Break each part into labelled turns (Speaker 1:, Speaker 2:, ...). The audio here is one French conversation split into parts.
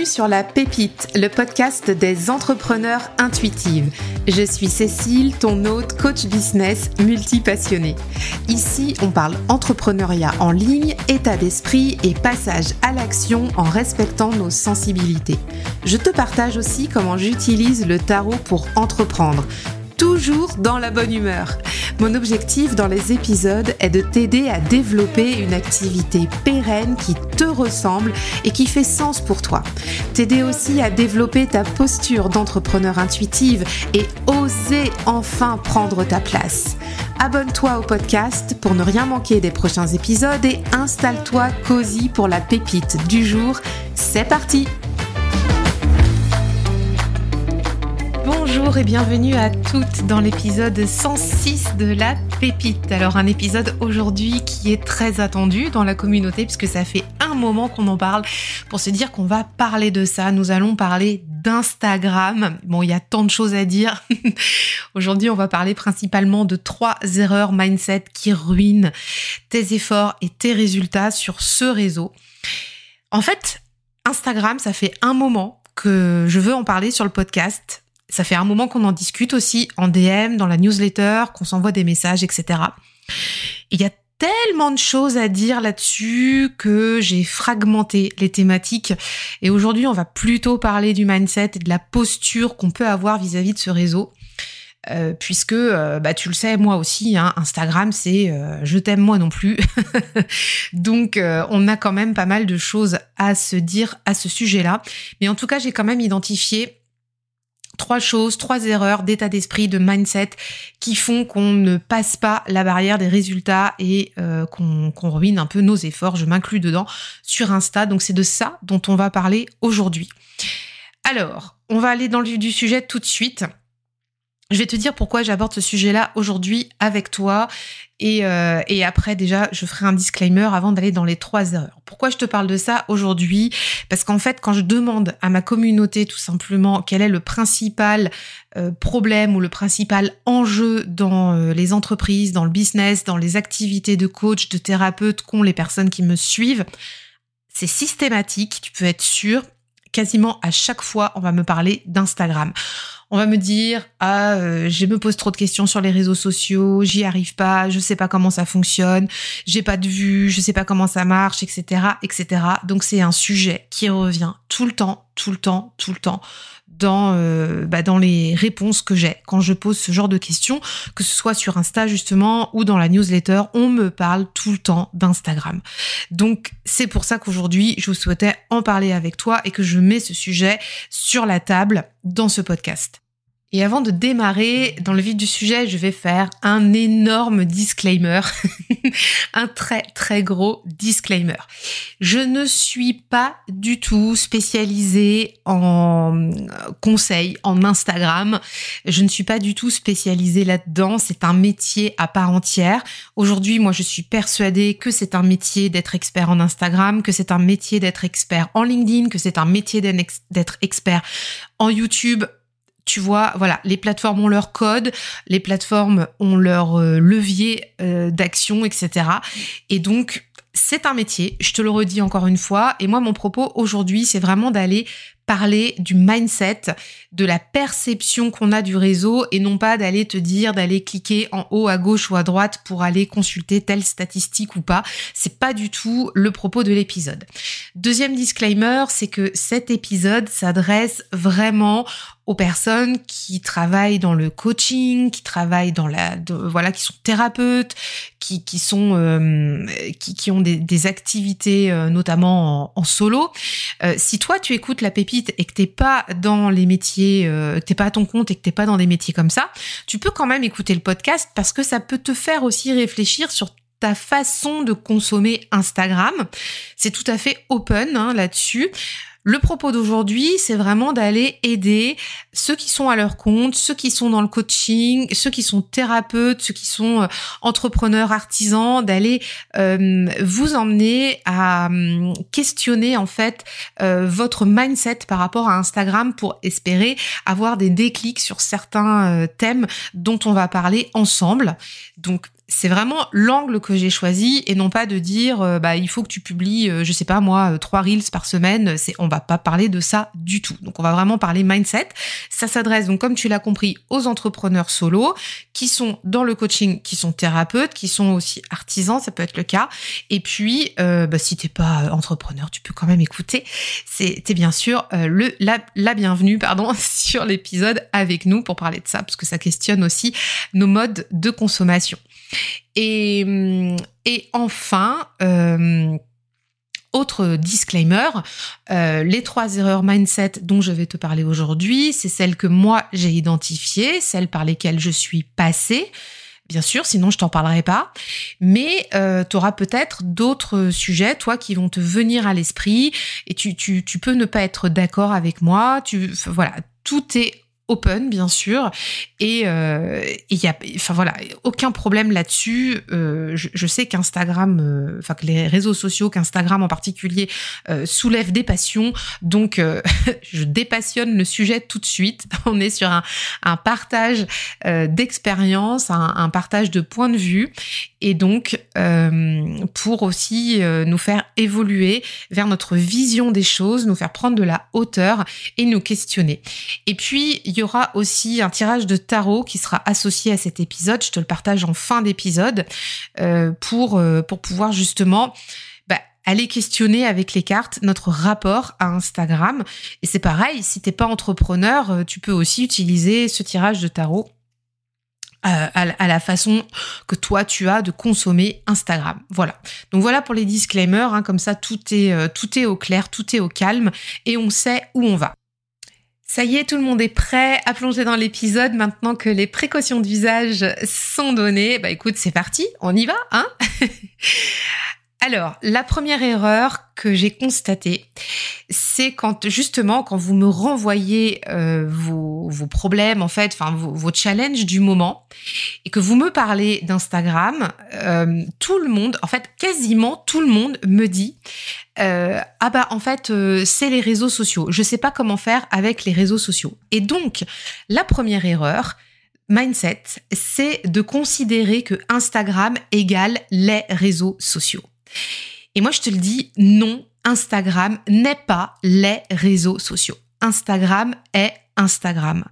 Speaker 1: Bienvenue sur La Pépite, le podcast des entrepreneurs intuitives. Je suis Cécile, ton hôte, coach business multi-passionnée. Ici, on parle entrepreneuriat en ligne, état d'esprit et passage à l'action en respectant nos sensibilités. Je te partage aussi comment j'utilise le tarot pour entreprendre. Toujours dans la bonne humeur. Mon objectif dans les épisodes est de t'aider à développer une activité pérenne qui te ressemble et qui fait sens pour toi. T'aider aussi à développer ta posture d'entrepreneur intuitive et oser enfin prendre ta place. Abonne-toi au podcast pour ne rien manquer des prochains épisodes et installe-toi cosy pour la pépite du jour. C'est parti! Bonjour et bienvenue à toutes dans l'épisode 106 de La Pépite. Alors un épisode aujourd'hui qui est très attendu dans la communauté puisque ça fait un moment qu'on en parle pour se dire qu'on va parler de ça. Nous allons parler d'Instagram. Bon, il y a tant de choses à dire. Aujourd'hui, on va parler principalement de 3 erreurs mindset qui ruinent tes efforts et tes résultats sur ce réseau. En fait, Instagram, ça fait un moment que je veux en parler sur le podcast. Ça fait un moment qu'on en discute aussi en DM, dans la newsletter, qu'on s'envoie des messages, etc. Il y a tellement de choses à dire là-dessus que j'ai fragmenté les thématiques. Et aujourd'hui, on va plutôt parler du mindset et de la posture qu'on peut avoir vis-à-vis de ce réseau. Puisque, tu le sais, moi aussi, Instagram, c'est je t'aime moi non plus. Donc, on a quand même pas mal de choses à se dire à ce sujet-là. Mais en tout cas, j'ai quand même identifié 3 erreurs d'état d'esprit, de mindset qui font qu'on ne passe pas la barrière des résultats et qu'on ruine un peu nos efforts. Je m'inclus dedans sur Insta. Donc, c'est de ça dont on va parler aujourd'hui. Alors, on va aller dans le vif du sujet tout de suite. Je vais te dire pourquoi j'aborde ce sujet-là aujourd'hui avec toi et après déjà je ferai un disclaimer avant d'aller dans les 3 erreurs. Pourquoi je te parle de ça aujourd'hui ? Parce qu'en fait quand je demande à ma communauté tout simplement quel est le principal problème ou le principal enjeu dans les entreprises, dans le business, dans les activités de coach, de thérapeute qu'ont les personnes qui me suivent, c'est systématique, tu peux être sûr. Quasiment à chaque fois, on va me parler d'Instagram. On va me dire « je me pose trop de questions sur les réseaux sociaux, j'y arrive pas, je sais pas comment ça fonctionne, j'ai pas de vue, je sais pas comment ça marche, etc. etc. » Donc c'est un sujet qui revient tout le temps dans les réponses que j'ai quand je pose ce genre de questions, que ce soit sur Insta justement ou dans la newsletter, on me parle tout le temps d'Instagram. Donc c'est pour ça qu'aujourd'hui je souhaitais en parler avec toi et que je mets ce sujet sur la table dans ce podcast. Et avant de démarrer dans le vif du sujet, je vais faire un énorme disclaimer, un très très gros disclaimer. Je ne suis pas du tout spécialisée en conseils, en Instagram. Je ne suis pas du tout spécialisée là-dedans. C'est un métier à part entière. Aujourd'hui, moi, je suis persuadée que c'est un métier d'être expert en Instagram, que c'est un métier d'être expert en LinkedIn, que c'est un métier d'être expert en YouTube. Tu vois, voilà, les plateformes ont leur code, les plateformes ont leur levier d'action, etc. Et donc, c'est un métier, je te le redis encore une fois. Et moi, mon propos aujourd'hui, c'est vraiment d'aller parler du mindset, de la perception qu'on a du réseau et non pas d'aller te dire d'aller cliquer en haut à gauche ou à droite pour aller consulter telle statistique ou pas. C'est pas du tout le propos de l'épisode. Deuxième disclaimer, c'est que cet épisode s'adresse vraiment aux personnes qui travaillent dans le coaching, qui travaillent dans qui sont thérapeutes, qui ont des activités notamment en solo. Si toi tu écoutes La Pépite et que t'es pas dans les métiers, que t'es pas à ton compte et que t'es pas dans des métiers comme ça, tu peux quand même écouter le podcast parce que ça peut te faire aussi réfléchir sur ta façon de consommer Instagram. C'est tout à fait open là-dessus. Le propos d'aujourd'hui, c'est vraiment d'aller aider ceux qui sont à leur compte, ceux qui sont dans le coaching, ceux qui sont thérapeutes, ceux qui sont entrepreneurs, artisans, d'aller vous emmener à questionner en fait votre mindset par rapport à Instagram pour espérer avoir des déclics sur certains thèmes dont on va parler ensemble. Donc c'est vraiment l'angle que j'ai choisi et non pas de dire il faut que tu publies, 3 reels par semaine. On va pas parler de ça du tout. Donc on va vraiment parler mindset. Ça s'adresse donc, comme tu l'as compris, aux entrepreneurs solo qui sont dans le coaching, qui sont thérapeutes, qui sont aussi artisans, ça peut être le cas. Et puis si t'es pas entrepreneur, tu peux quand même écouter. T'es bien sûr la bienvenue sur l'épisode avec nous pour parler de ça, parce que ça questionne aussi nos modes de consommation. Et enfin, autre disclaimer, les 3 erreurs mindset dont je vais te parler aujourd'hui, c'est celles que moi j'ai identifiées, celles par lesquelles je suis passée. Bien sûr, sinon je t'en parlerai pas. Mais tu auras peut-être d'autres sujets, toi, qui vont te venir à l'esprit, et tu peux ne pas être d'accord avec moi. Voilà, tout est open, bien sûr, et il y a, aucun problème là-dessus. Je sais qu'Instagram, que les réseaux sociaux, qu'Instagram en particulier, soulèvent des passions, donc je dépassionne le sujet tout de suite. On est sur un partage d'expérience, un partage de points de vue, et donc pour aussi nous faire évoluer vers notre vision des choses, nous faire prendre de la hauteur et nous questionner. Et puis il y aura aussi un tirage de tarot qui sera associé à cet épisode. Je te le partage en fin d'épisode pour pouvoir justement aller questionner avec les cartes notre rapport à Instagram. Et c'est pareil, si t'es pas entrepreneur, tu peux aussi utiliser ce tirage de tarot à la façon que toi tu as de consommer Instagram. Voilà. Donc voilà pour les disclaimers, comme ça tout est au clair, tout est au calme et on sait où on va. Ça y est, tout le monde est prêt à plonger dans l'épisode maintenant que les précautions d'usage sont données. Écoute, c'est parti, on y va, hein? Alors, la première erreur que j'ai constatée, c'est quand vous me renvoyez vos problèmes, en fait, vos challenges du moment, et que vous me parlez d'Instagram, tout le monde, en fait, quasiment tout le monde me dit c'est les réseaux sociaux. Je sais pas comment faire avec les réseaux sociaux. Et donc, la première erreur, mindset, c'est de considérer que Instagram égale les réseaux sociaux. Et moi, je te le dis, non, Instagram n'est pas les réseaux sociaux. Instagram est Instagram.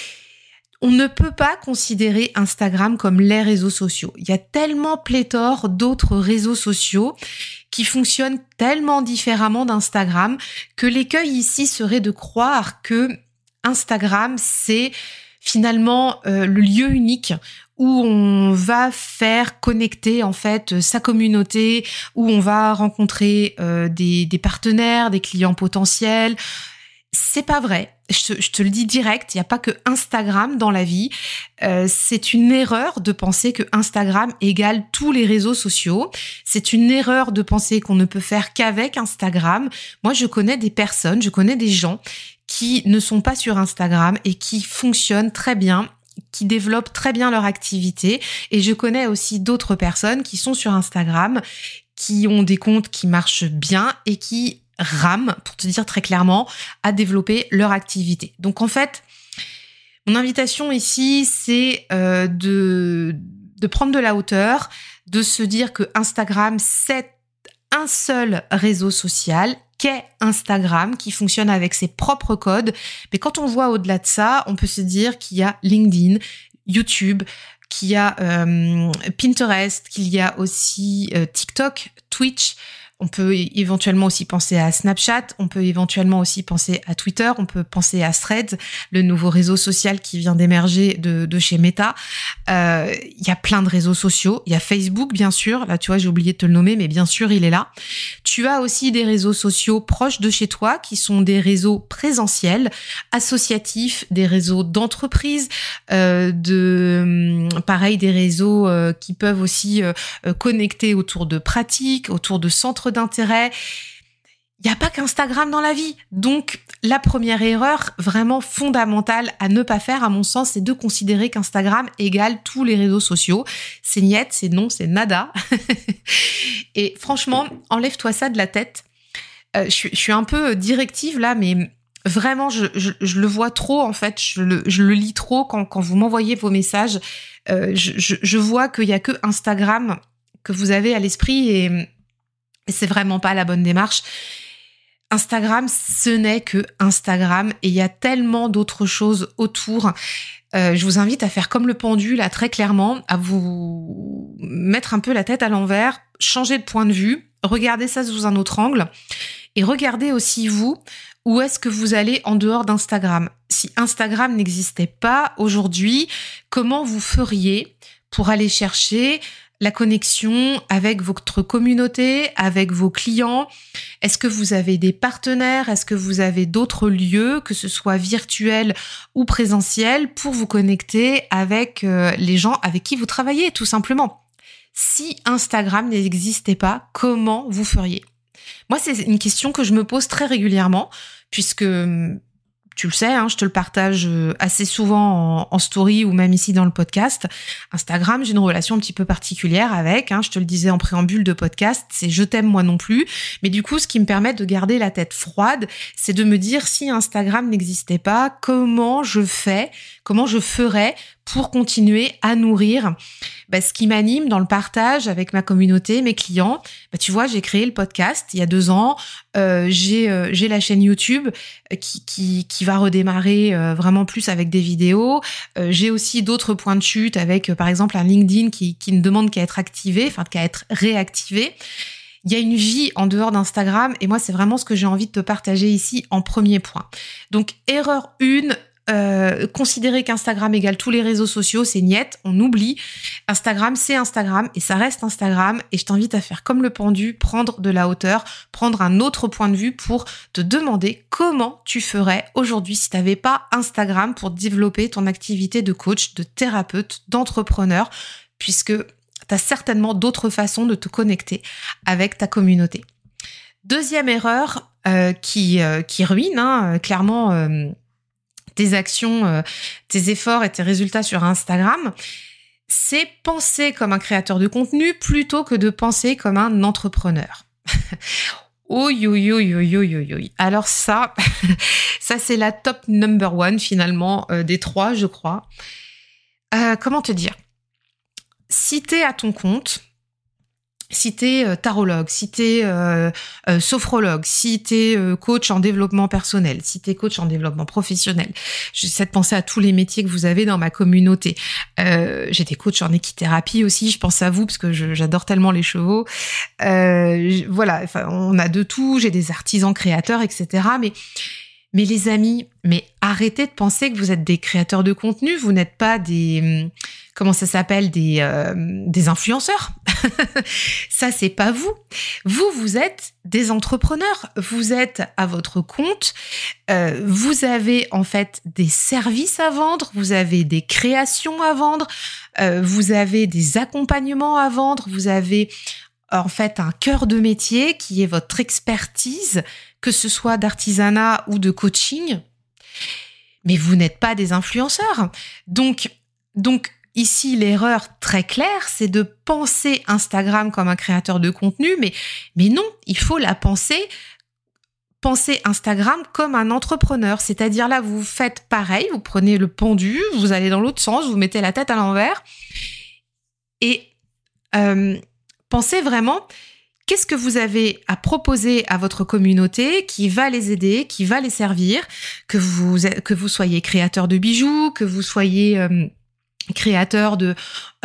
Speaker 1: On ne peut pas considérer Instagram comme les réseaux sociaux. Il y a tellement pléthore d'autres réseaux sociaux qui fonctionnent tellement différemment d'Instagram que l'écueil ici serait de croire que Instagram, c'est finalement le lieu unique où on va faire connecter en fait sa communauté, où on va rencontrer des partenaires, des clients potentiels. C'est pas vrai. Je te le dis direct, il n'y a pas que Instagram dans la vie. C'est une erreur de penser que Instagram égale tous les réseaux sociaux. C'est une erreur de penser qu'on ne peut faire qu'avec Instagram. Moi, je connais des gens qui ne sont pas sur Instagram et qui fonctionnent très bien, qui développent très bien leur activité. Et je connais aussi d'autres personnes qui sont sur Instagram, qui ont des comptes qui marchent bien et qui rament, pour te dire très clairement, à développer leur activité. Donc en fait, mon invitation ici, c'est de prendre de la hauteur, de se dire que Instagram, c'est un seul réseau social qu'est Instagram, qui fonctionne avec ses propres codes. Mais quand on voit au-delà de ça, on peut se dire qu'il y a LinkedIn, YouTube, qu'il y a Pinterest, qu'il y a aussi TikTok, Twitch. On peut éventuellement aussi penser à Snapchat, on peut éventuellement aussi penser à Twitter, on peut penser à Threads, le nouveau réseau social qui vient d'émerger de chez Meta. Il y a plein de réseaux sociaux. Il y a Facebook, bien sûr. Là, tu vois, j'ai oublié de te le nommer, mais bien sûr, il est là. Tu as aussi des réseaux sociaux proches de chez toi qui sont des réseaux présentiels, associatifs, des réseaux d'entreprises, des réseaux qui peuvent aussi connecter autour de pratiques, autour de centres d'intérêt. Il n'y a pas qu'Instagram dans la vie. Donc, la première erreur vraiment fondamentale à ne pas faire, à mon sens, c'est de considérer qu'Instagram égale tous les réseaux sociaux. C'est niet, c'est non, c'est nada. Et franchement, enlève-toi ça de la tête. Je suis un peu directive là, mais Vraiment, je le vois trop, en fait, je le lis trop quand vous m'envoyez vos messages. Je vois qu'il y a que Instagram que vous avez à l'esprit et c'est vraiment pas la bonne démarche. Instagram, ce n'est que Instagram et il y a tellement d'autres choses autour. Je vous invite à faire comme le pendu, là, très clairement, à vous mettre un peu la tête à l'envers, changer de point de vue, regarder ça sous un autre angle et regardez aussi, vous, où est-ce que vous allez en dehors d'Instagram. Si Instagram n'existait pas aujourd'hui, comment vous feriez pour aller chercher la connexion avec votre communauté, avec vos clients? Est-ce que vous avez des partenaires? Est-ce que vous avez d'autres lieux, que ce soit virtuels ou présentiels, pour vous connecter avec les gens avec qui vous travaillez, tout simplement? Si Instagram n'existait pas, comment vous feriez? Moi, c'est une question que je me pose très régulièrement, puisque tu le sais, hein, je te le partage assez souvent en story ou même ici dans le podcast. Instagram, j'ai une relation un petit peu particulière avec, je te le disais en préambule de podcast, c'est je t'aime moi non plus. Mais du coup, ce qui me permet de garder la tête froide, c'est de me dire si Instagram n'existait pas, comment je ferais pour continuer à nourrir ce qui m'anime dans le partage avec ma communauté, mes clients. Tu vois, j'ai créé le podcast il y a 2 ans. J'ai la chaîne YouTube qui va redémarrer vraiment plus avec des vidéos. J'ai aussi d'autres points de chute avec, par exemple, un LinkedIn qui ne demande qu'à être activé, qu'à être réactivé. Il y a une vie en dehors d'Instagram et moi, c'est vraiment ce que j'ai envie de te partager ici en premier point. Donc, erreur 1, considérer qu'Instagram égale tous les réseaux sociaux, c'est niette, on oublie. Instagram, c'est Instagram et ça reste Instagram et je t'invite à faire comme le pendu, prendre de la hauteur, prendre un autre point de vue pour te demander comment tu ferais aujourd'hui si tu n'avais pas Instagram pour développer ton activité de coach, de thérapeute, d'entrepreneur, puisque tu as certainement d'autres façons de te connecter avec ta communauté. Deuxième erreur qui ruine clairement tes actions, tes efforts et tes résultats sur Instagram, c'est penser comme un créateur de contenu plutôt que de penser comme un entrepreneur. Oui. Alors ça c'est la top number 1 finalement des 3, je crois. Comment te dire ? Si t'es à ton compte, si t'es tarologue, si t'es sophrologue, si t'es coach en développement personnel, si t'es coach en développement professionnel, j'essaie de penser à tous les métiers que vous avez dans ma communauté. J'ai des coachs en équithérapie aussi, je pense à vous parce que j'adore tellement les chevaux. Voilà, on a de tout, j'ai des artisans créateurs, etc. Mais les amis, arrêtez de penser que vous êtes des créateurs de contenu, vous n'êtes pas des... Comment ça s'appelle, des influenceurs. Ça, c'est pas vous. Vous êtes des entrepreneurs. Vous êtes à votre compte. Vous avez en fait des services à vendre. Vous avez des créations à vendre. Vous avez des accompagnements à vendre. Vous avez en fait un cœur de métier qui est votre expertise, que ce soit d'artisanat ou de coaching. Mais vous n'êtes pas des influenceurs. Donc, ici, l'erreur très claire, c'est de penser Instagram comme un créateur de contenu, mais non, il faut la penser Instagram comme un entrepreneur. C'est-à-dire là, vous faites pareil, vous prenez le pendu, vous allez dans l'autre sens, vous mettez la tête à l'envers et pensez vraiment qu'est-ce que vous avez à proposer à votre communauté qui va les aider, qui va les servir, que vous soyez créateur de bijoux, que vous soyez... créateur que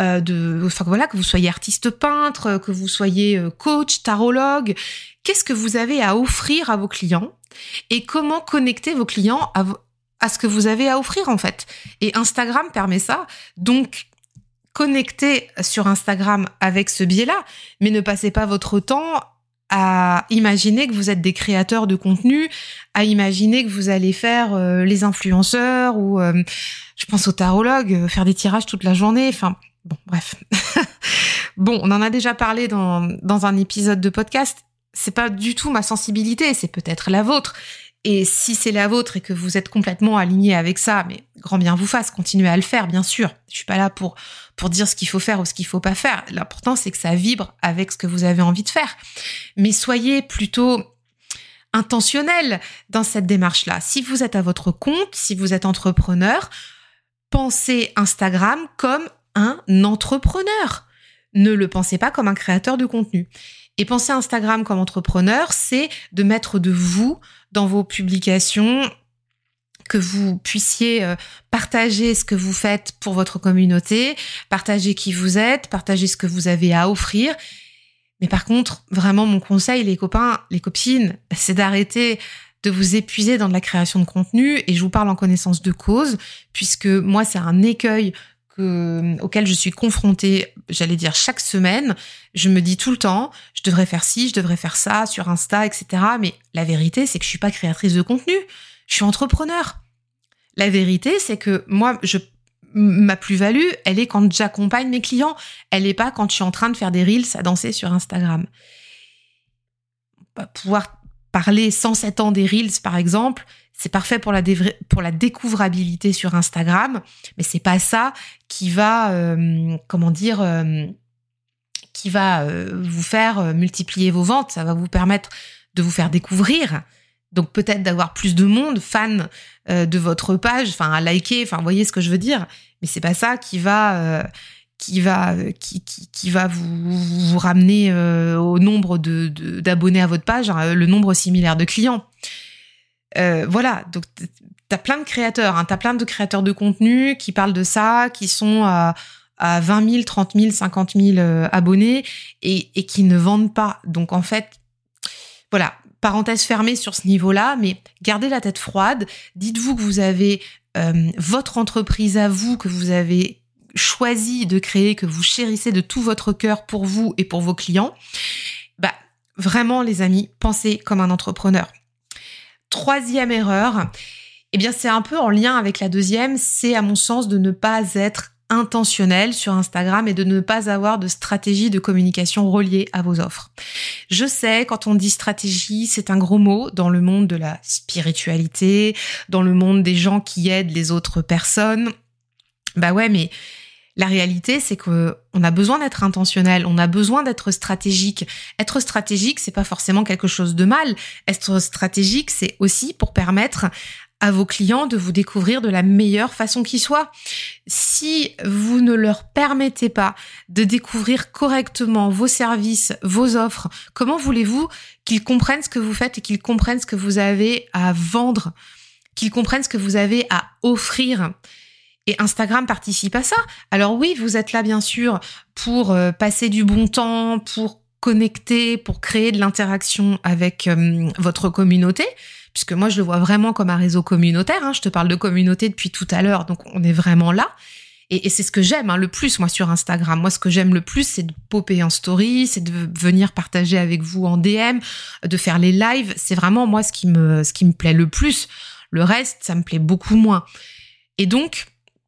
Speaker 1: vous soyez artiste peintre, que vous soyez coach, tarologue, qu'est-ce que vous avez à offrir à vos clients et comment connecter vos clients à ce que vous avez à offrir en fait. Et Instagram permet ça, donc connectez sur Instagram avec ce biais-là, mais ne passez pas votre temps à imaginer que vous êtes des créateurs de contenu, à imaginer que vous allez faire les influenceurs ou, je pense aux tarologues, faire des tirages toute la journée. Enfin, bon, bref. Bon, on en a déjà parlé dans un épisode de podcast. C'est pas du tout ma sensibilité, c'est peut-être la vôtre. Et si c'est la vôtre et que vous êtes complètement aligné avec ça, mais grand bien vous fasse, continuez à le faire, bien sûr. Je suis pas là pour dire ce qu'il faut faire ou ce qu'il faut pas faire. L'important, c'est que ça vibre avec ce que vous avez envie de faire. Mais soyez plutôt intentionnel dans cette démarche-là. Si vous êtes à votre compte, si vous êtes entrepreneur, pensez Instagram comme un entrepreneur. Ne le pensez pas comme un créateur de contenu. Et penser Instagram comme entrepreneur, c'est de mettre de vous dans vos publications, que vous puissiez partager ce que vous faites pour votre communauté, partager qui vous êtes, partager ce que vous avez à offrir. Mais par contre, vraiment, mon conseil, les copains, les copines, c'est d'arrêter de vous épuiser dans de la création de contenu. Et je vous parle en connaissance de cause, puisque moi, c'est un écueil auquel je suis confrontée, j'allais dire chaque semaine. Je me dis tout le temps, je devrais faire ci, je devrais faire ça sur Insta, etc. Mais la vérité, c'est que je suis pas créatrice de contenu. Je suis entrepreneur. La vérité, c'est que moi, ma plus-value, elle est quand j'accompagne mes clients. Elle n'est pas quand je suis en train de faire des reels à danser sur Instagram. Pouvoir parler 107 ans des reels, par exemple, c'est parfait pour la découvrabilité sur Instagram, mais c'est pas ça qui va, qui va vous faire multiplier vos ventes. Ça va vous permettre de vous faire découvrir. Donc peut-être d'avoir plus de monde fan de votre page, enfin à liker, enfin vous voyez ce que je veux dire. Mais c'est pas ça qui va vous ramener au nombre d'abonnés à votre page, hein, le nombre similaire de clients. Voilà, donc t'as plein de créateurs, t'as plein de créateurs de contenu qui parlent de ça, qui sont à 20 000, 30 000, 50 000 abonnés et qui ne vendent pas. Donc en fait, voilà, parenthèse fermée sur ce niveau-là, mais gardez la tête froide. Dites-vous que vous avez votre entreprise à vous, que vous avez choisi de créer, que vous chérissez de tout votre cœur pour vous et pour vos clients. Bah, vraiment, les amis, pensez comme un entrepreneur. Troisième erreur, eh bien, c'est un peu en lien avec la deuxième, c'est à mon sens de ne pas être intentionnel sur Instagram et de ne pas avoir de stratégie de communication reliée à vos offres. Je sais, quand on dit stratégie, c'est un gros mot dans le monde de la spiritualité, dans le monde des gens qui aident les autres personnes. Bah ouais, mais la réalité, c'est que on a besoin d'être intentionnel, on a besoin d'être stratégique. Être stratégique, c'est pas forcément quelque chose de mal. Être stratégique, c'est aussi pour permettre à vos clients de vous découvrir de la meilleure façon qui soit. Si vous ne leur permettez pas de découvrir correctement vos services, vos offres, comment voulez-vous qu'ils comprennent ce que vous faites et qu'ils comprennent ce que vous avez à vendre, qu'ils comprennent ce que vous avez à offrir ? Et Instagram participe à ça. Alors oui, vous êtes là bien sûr pour passer du bon temps, pour connecter, pour créer de l'interaction avec votre communauté, puisque moi je le vois vraiment comme un réseau communautaire, hein. Je te parle de communauté depuis tout à l'heure, donc on est vraiment là. Et c'est ce que j'aime le plus moi sur Instagram. Moi ce que j'aime le plus, c'est de popper en story, c'est de venir partager avec vous en DM, de faire les lives. C'est vraiment moi ce qui me plaît le plus. Le reste, ça me plaît beaucoup moins. Et donc,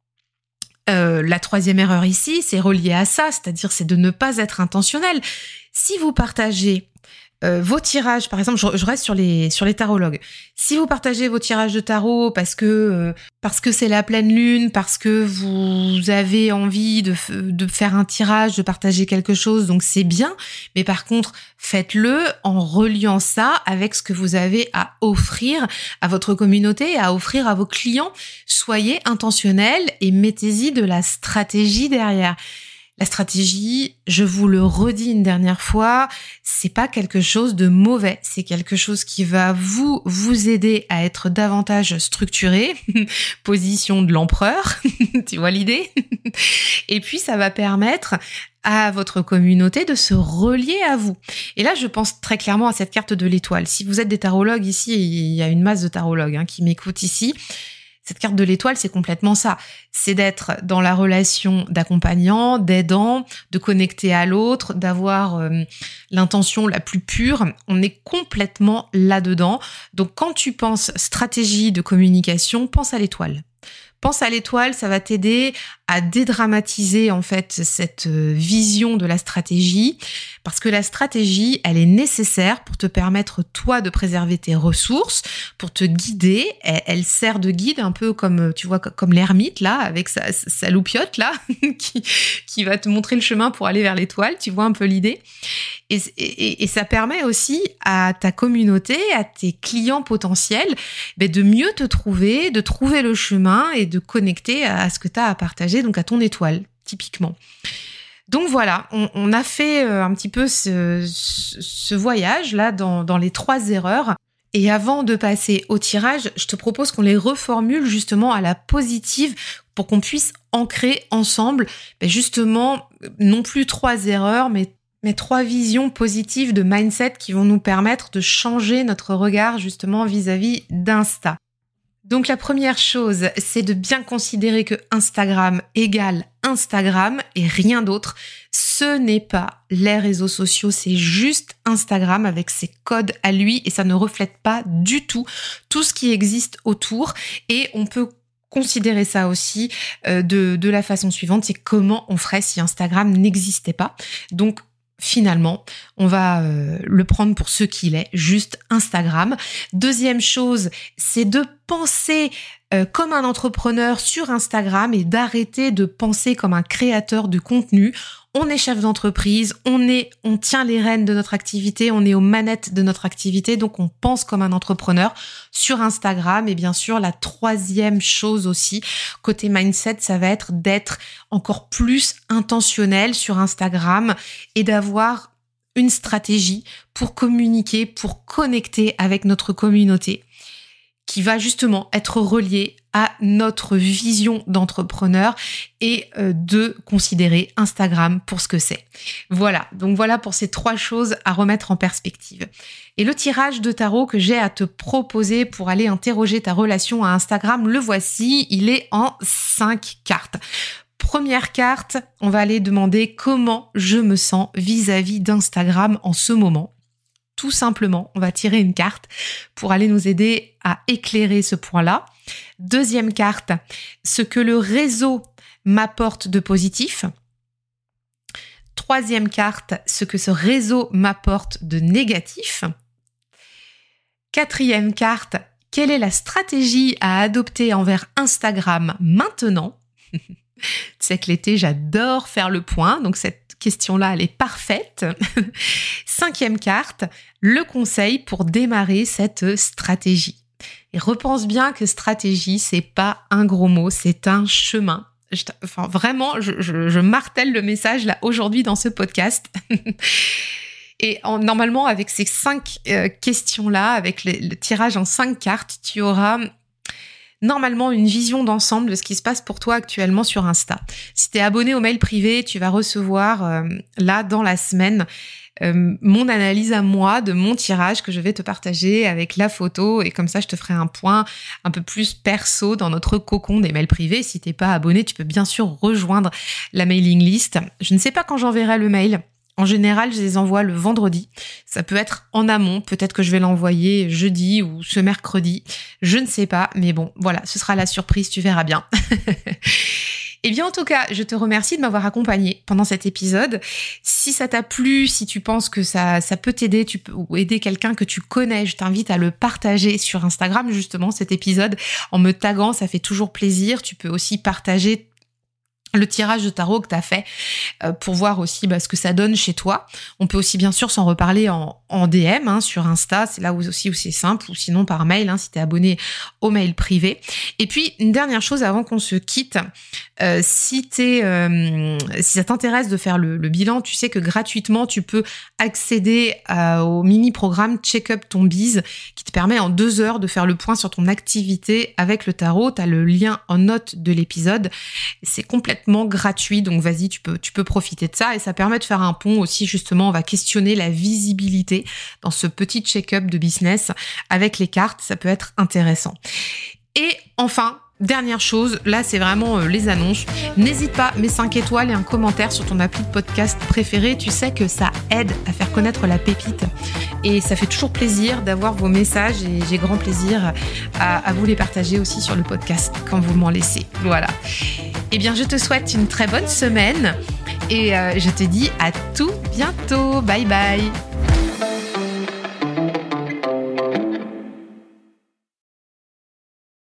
Speaker 1: la troisième erreur ici, c'est relié à ça, c'est-à-dire c'est de ne pas être intentionnel. Si vous partagez vos tirages, par exemple, je reste sur les tarologues. Si vous partagez vos tirages de tarot parce que c'est la pleine lune, parce que vous avez envie de faire un tirage, de partager quelque chose, donc c'est bien. Mais par contre, faites-le en reliant ça avec ce que vous avez à offrir à votre communauté, à offrir à vos clients. Soyez intentionnel et mettez-y de la stratégie derrière. La stratégie, je vous le redis une dernière fois, c'est pas quelque chose de mauvais, c'est quelque chose qui va vous aider à être davantage structuré, position de l'empereur, tu vois l'idée? Et puis ça va permettre à votre communauté de se relier à vous. Et là, je pense très clairement à cette carte de l'étoile. Si vous êtes des tarologues ici, il y a une masse de tarologues qui m'écoutent ici. Cette carte de l'étoile, c'est complètement ça. C'est d'être dans la relation d'accompagnant, d'aidant, de connecter à l'autre, d'avoir l'intention la plus pure. On est complètement là-dedans. Donc, quand tu penses stratégie de communication, pense à l'étoile. Pense à l'étoile, ça va t'aider à dédramatiser en fait cette vision de la stratégie, parce que la stratégie, elle est nécessaire pour te permettre toi de préserver tes ressources, pour te guider. Elle sert de guide un peu comme tu vois comme l'ermite là avec sa loupiote là qui va te montrer le chemin pour aller vers l'étoile. Tu vois un peu l'idée. Et ça permet aussi à ta communauté, à tes clients potentiels, de mieux te trouver, de trouver le chemin et de connecter à ce que tu as à partager, donc à ton étoile, typiquement. Donc voilà, on a fait un petit peu ce voyage-là dans les 3 erreurs. Et avant de passer au tirage, je te propose qu'on les reformule justement à la positive pour qu'on puisse ancrer ensemble, justement, non plus 3 erreurs, mais 3 visions positives de mindset qui vont nous permettre de changer notre regard justement vis-à-vis d'Insta. Donc la première chose, c'est de bien considérer que Instagram égale Instagram et rien d'autre. Ce n'est pas les réseaux sociaux, c'est juste Instagram avec ses codes à lui et ça ne reflète pas du tout ce qui existe autour. Et on peut considérer ça aussi de la façon suivante, c'est comment on ferait si Instagram n'existait pas. Donc finalement, on va le prendre pour ce qu'il est, juste Instagram. Deuxième chose, c'est de penser comme un entrepreneur sur Instagram et d'arrêter de penser comme un créateur de contenu. On est chef d'entreprise, on tient les rênes de notre activité, on est aux manettes de notre activité, donc on pense comme un entrepreneur sur Instagram. Et bien sûr, la 3e chose aussi, côté mindset, ça va être d'être encore plus intentionnel sur Instagram et d'avoir une stratégie pour communiquer, pour connecter avec notre communauté, qui va justement être reliée à notre vision d'entrepreneur et de considérer Instagram pour ce que c'est. Voilà, donc voilà pour ces 3 choses à remettre en perspective. Et le tirage de tarot que j'ai à te proposer pour aller interroger ta relation à Instagram, le voici, il est en 5 cartes. Première carte, on va aller demander comment je me sens vis-à-vis d'Instagram en ce moment. Tout simplement, on va tirer une carte pour aller nous aider à éclairer ce point-là. Deuxième carte, ce que le réseau m'apporte de positif. Troisième carte, ce que ce réseau m'apporte de négatif. Quatrième carte, quelle est la stratégie à adopter envers Instagram maintenant ? Tu sais que l'été, j'adore faire le point, donc cette question-là, elle est parfaite. 5e carte, le conseil pour démarrer cette stratégie. Et repense bien que stratégie, c'est pas un gros mot, c'est un chemin. Vraiment, je martèle le message là aujourd'hui dans ce podcast. Et normalement, avec ces 5 questions-là, avec le tirage en 5 cartes, tu auras normalement une vision d'ensemble de ce qui se passe pour toi actuellement sur Insta. Si tu es abonné au mail privé, tu vas recevoir là dans la semaine mon analyse à moi de mon tirage que je vais te partager avec la photo et comme ça je te ferai un point un peu plus perso dans notre cocon des mails privés. Si t'es pas abonné, tu peux bien sûr rejoindre la mailing list. Je ne sais pas quand j'enverrai le mail. En général, je les envoie le vendredi. Ça peut être en amont. Peut-être que je vais l'envoyer jeudi ou ce mercredi. Je ne sais pas. Mais bon, voilà, ce sera la surprise. Tu verras bien. Eh bien, en tout cas, je te remercie de m'avoir accompagné pendant cet épisode. Si ça t'a plu, si tu penses que ça peut t'aider, ou aider quelqu'un que tu connais, je t'invite à le partager sur Instagram, justement, cet épisode. En me taguant, ça fait toujours plaisir. Tu peux aussi partager le tirage de tarot que tu as fait pour voir aussi ce que ça donne chez toi. On peut aussi bien sûr s'en reparler en DM sur Insta, c'est là où c'est simple, ou sinon par mail si tu es abonné au mail privé. Et puis une dernière chose avant qu'on se quitte, si ça t'intéresse de faire le bilan, tu sais que gratuitement tu peux accéder au mini-programme Check Up Ton Biz qui te permet en 2 heures de faire le point sur ton activité avec le tarot. Tu as le lien en note de l'épisode. C'est complètement gratuit, donc vas-y, tu peux profiter de ça et ça permet de faire un pont aussi, justement, on va questionner la visibilité dans ce petit check-up de business avec les cartes, ça peut être intéressant. Et enfin, dernière chose, là c'est vraiment les annonces. N'hésite pas, mets 5 étoiles et un commentaire sur ton appli de podcast préféré. Tu sais que ça aide à faire connaître la pépite et ça fait toujours plaisir d'avoir vos messages et j'ai grand plaisir à vous les partager aussi sur le podcast quand vous m'en laissez. Voilà. Eh bien, je te souhaite une très bonne semaine et je te dis à tout bientôt. Bye bye.